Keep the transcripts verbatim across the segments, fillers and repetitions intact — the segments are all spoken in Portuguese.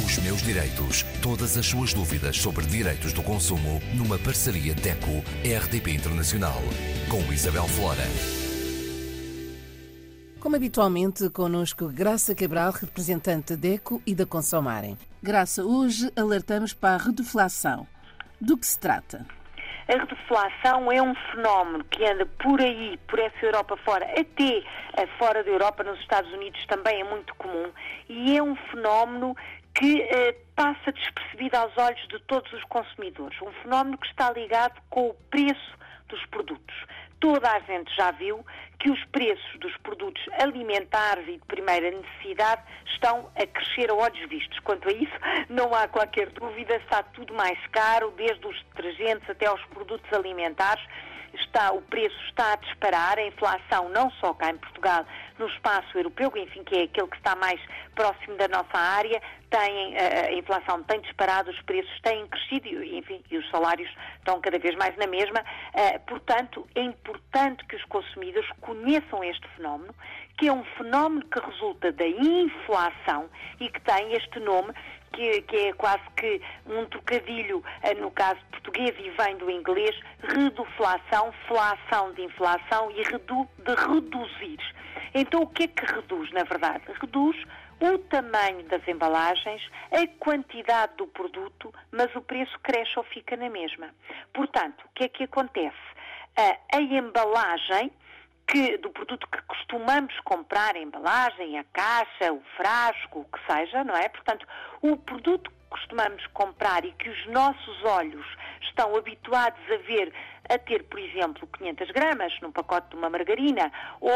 Os meus direitos. Todas as suas dúvidas sobre direitos do consumo numa parceria DECO-R D P Internacional. Com Isabel Flora. Como habitualmente, connosco Graça Cabral, representante da DECO e da Consomarem. Graça, hoje alertamos para a reduflação. Do que se trata? A reduflação é um fenómeno que anda por aí, por essa Europa fora, até fora da Europa, nos Estados Unidos também é muito comum, e é um fenómeno que eh, passa despercebido aos olhos de todos os consumidores. Um fenómeno que está ligado com o preço dos produtos. Toda a gente já viu que os preços dos produtos alimentares e de primeira necessidade estão a crescer a olhos vistos. Quanto a isso, não há qualquer dúvida, está tudo mais caro, desde os detergentes até aos produtos alimentares. Está, o preço está a disparar, a inflação não só cá em Portugal, no espaço europeu, enfim, que é aquele que está mais próximo da nossa área, tem, a inflação tem disparado, os preços têm crescido, enfim, e os salários estão cada vez mais na mesma. Portanto, é importante que os consumidores conheçam este fenómeno, que é um fenómeno que resulta da inflação e que tem este nome, que, que é quase que um trocadilho, no caso português, e vem do inglês, reduflação, flação de inflação e redu, de reduzir. Então, o que é que reduz, na verdade? Reduz o tamanho das embalagens, a quantidade do produto, mas o preço cresce ou fica na mesma. Portanto, o que é que acontece? A, a embalagem que, do produto que costumamos comprar, a embalagem, a caixa, o frasco, o que seja, não é? Portanto, o produto que costumamos comprar e que os nossos olhos estão habituados a ver, a ter, por exemplo, quinhentas gramas num pacote de uma margarina, ou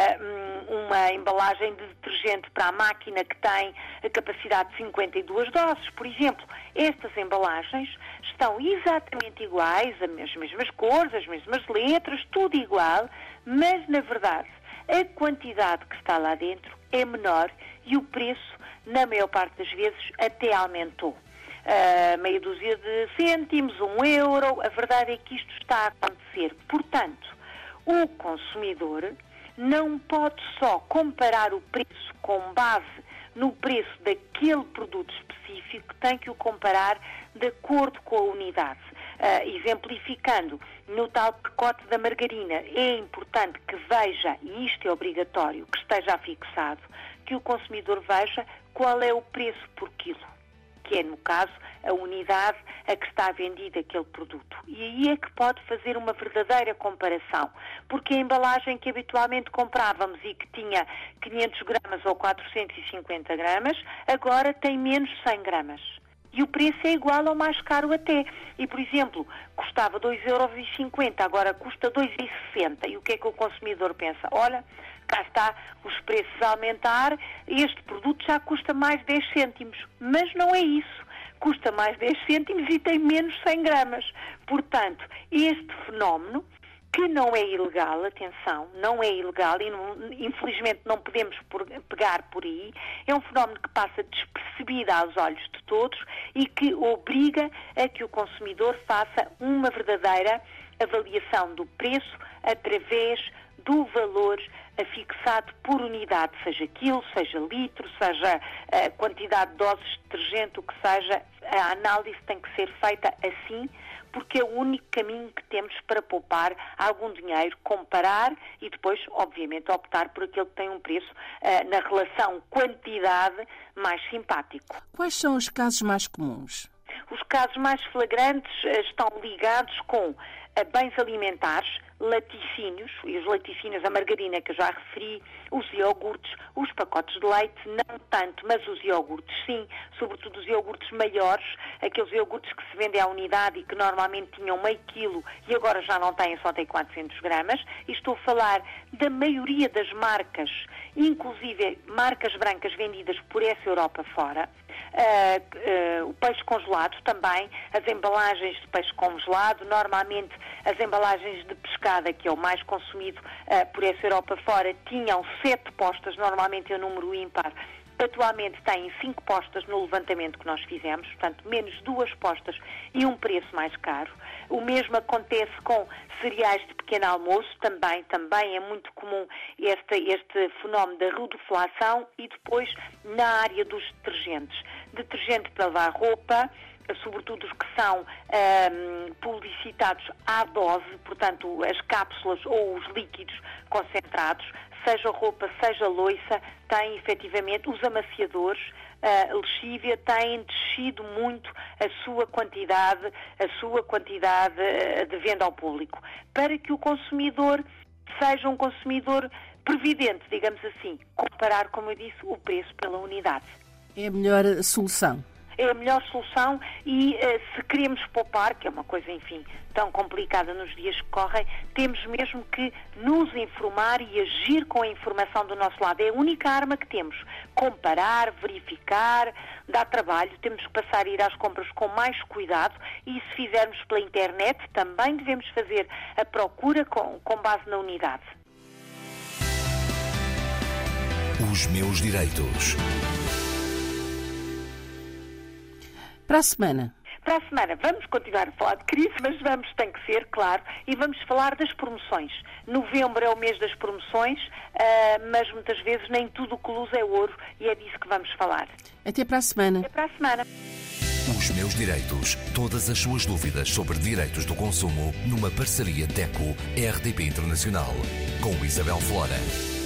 uh, uma embalagem de detergente para a máquina que tem a capacidade de cinquenta e duas doses, por exemplo. Estas embalagens estão exatamente iguais, as mesmas cores, as mesmas letras, tudo igual, mas, na verdade, a quantidade que está lá dentro é menor e o preço, na maior parte das vezes, até aumentou. Uh, meia dúzia de cêntimos, um euro, a verdade é que isto está a acontecer. Portanto, o consumidor não pode só comparar o preço com base no preço daquele produto específico, tem que o comparar de acordo com a unidade. Uh, exemplificando, no tal pacote da margarina, é importante que veja, e isto é obrigatório, que esteja fixado, que o consumidor veja qual é o preço por quilo, que é, no caso, a unidade a que está vendido aquele produto. E aí é que pode fazer uma verdadeira comparação, porque a embalagem que habitualmente comprávamos e que tinha quinhentas gramas ou quatrocentos e cinquenta gramas, agora tem menos cem gramas. E o preço é igual ou mais caro até. E, por exemplo, custava dois euros e cinquenta, agora custa dois euros e sessenta. E o que é que o consumidor pensa? Olha, cá está os preços a aumentar, este produto já custa mais dez cêntimos. Mas não é isso. Custa mais dez cêntimos e tem menos cem gramas. Portanto, este fenómeno, que não é ilegal, atenção, não é ilegal e não, infelizmente não podemos por, pegar por aí, é um fenómeno que passa despercebido aos olhos de todos e que obriga a que o consumidor faça uma verdadeira avaliação do preço através do valor fixado por unidade, seja quilo, seja litro, seja a quantidade de doses de detergente, o que seja, a análise tem que ser feita assim, porque é o único caminho que temos para poupar algum dinheiro, comparar e depois, obviamente, optar por aquele que tem um preço uh, na relação quantidade mais simpático. Quais são os casos mais comuns? Os casos mais flagrantes uh, estão ligados com uh, bens alimentares, laticínios, e os laticínios, a margarina que eu já referi, os iogurtes, os pacotes de leite, não tanto, mas os iogurtes sim, sobretudo os iogurtes maiores, aqueles iogurtes que se vendem à unidade e que normalmente tinham meio quilo e agora já não têm, só têm quatrocentas gramas, e estou a falar da maioria das marcas, inclusive marcas brancas vendidas por essa Europa fora. Uh, uh, o peixe congelado também, as embalagens de peixe congelado, normalmente as embalagens de pescada, que é o mais consumido uh, por essa Europa fora, tinham sete postas, normalmente é o número ímpar. Atualmente têm cinco postas no levantamento que nós fizemos, portanto, menos duas postas e um preço mais caro. O mesmo acontece com cereais de pequeno almoço, também, também é muito comum este, este fenómeno da reduflação, e depois na área dos detergentes. detergente para lavar roupa, sobretudo os que são um, publicitados à dose, portanto as cápsulas ou os líquidos concentrados, seja roupa, seja loiça, têm efetivamente os amaciadores, a lexívia, têm descido muito a sua quantidade, a sua quantidade de venda ao público, para que o consumidor seja um consumidor previdente, digamos assim, comparar, como eu disse, o preço pela unidade. É a melhor solução. É a melhor solução e uh, se queremos poupar, que é uma coisa, enfim, tão complicada nos dias que correm, temos mesmo que nos informar e agir com a informação do nosso lado. É a única arma que temos. Comparar, verificar, dá trabalho, temos que passar a ir às compras com mais cuidado e se fizermos pela internet, também devemos fazer a procura com, com base na unidade. Os meus direitos. Para a semana. Para a semana vamos continuar a falar de crise, mas vamos, tem que ser, claro, e vamos falar das promoções. Novembro é o mês das promoções, uh, mas muitas vezes nem tudo o que luz é ouro e é disso que vamos falar. Até para a semana. Até para a semana. Os meus direitos. Todas as suas dúvidas sobre direitos do consumo numa parceria DECO-R D P Internacional com Isabel Flora.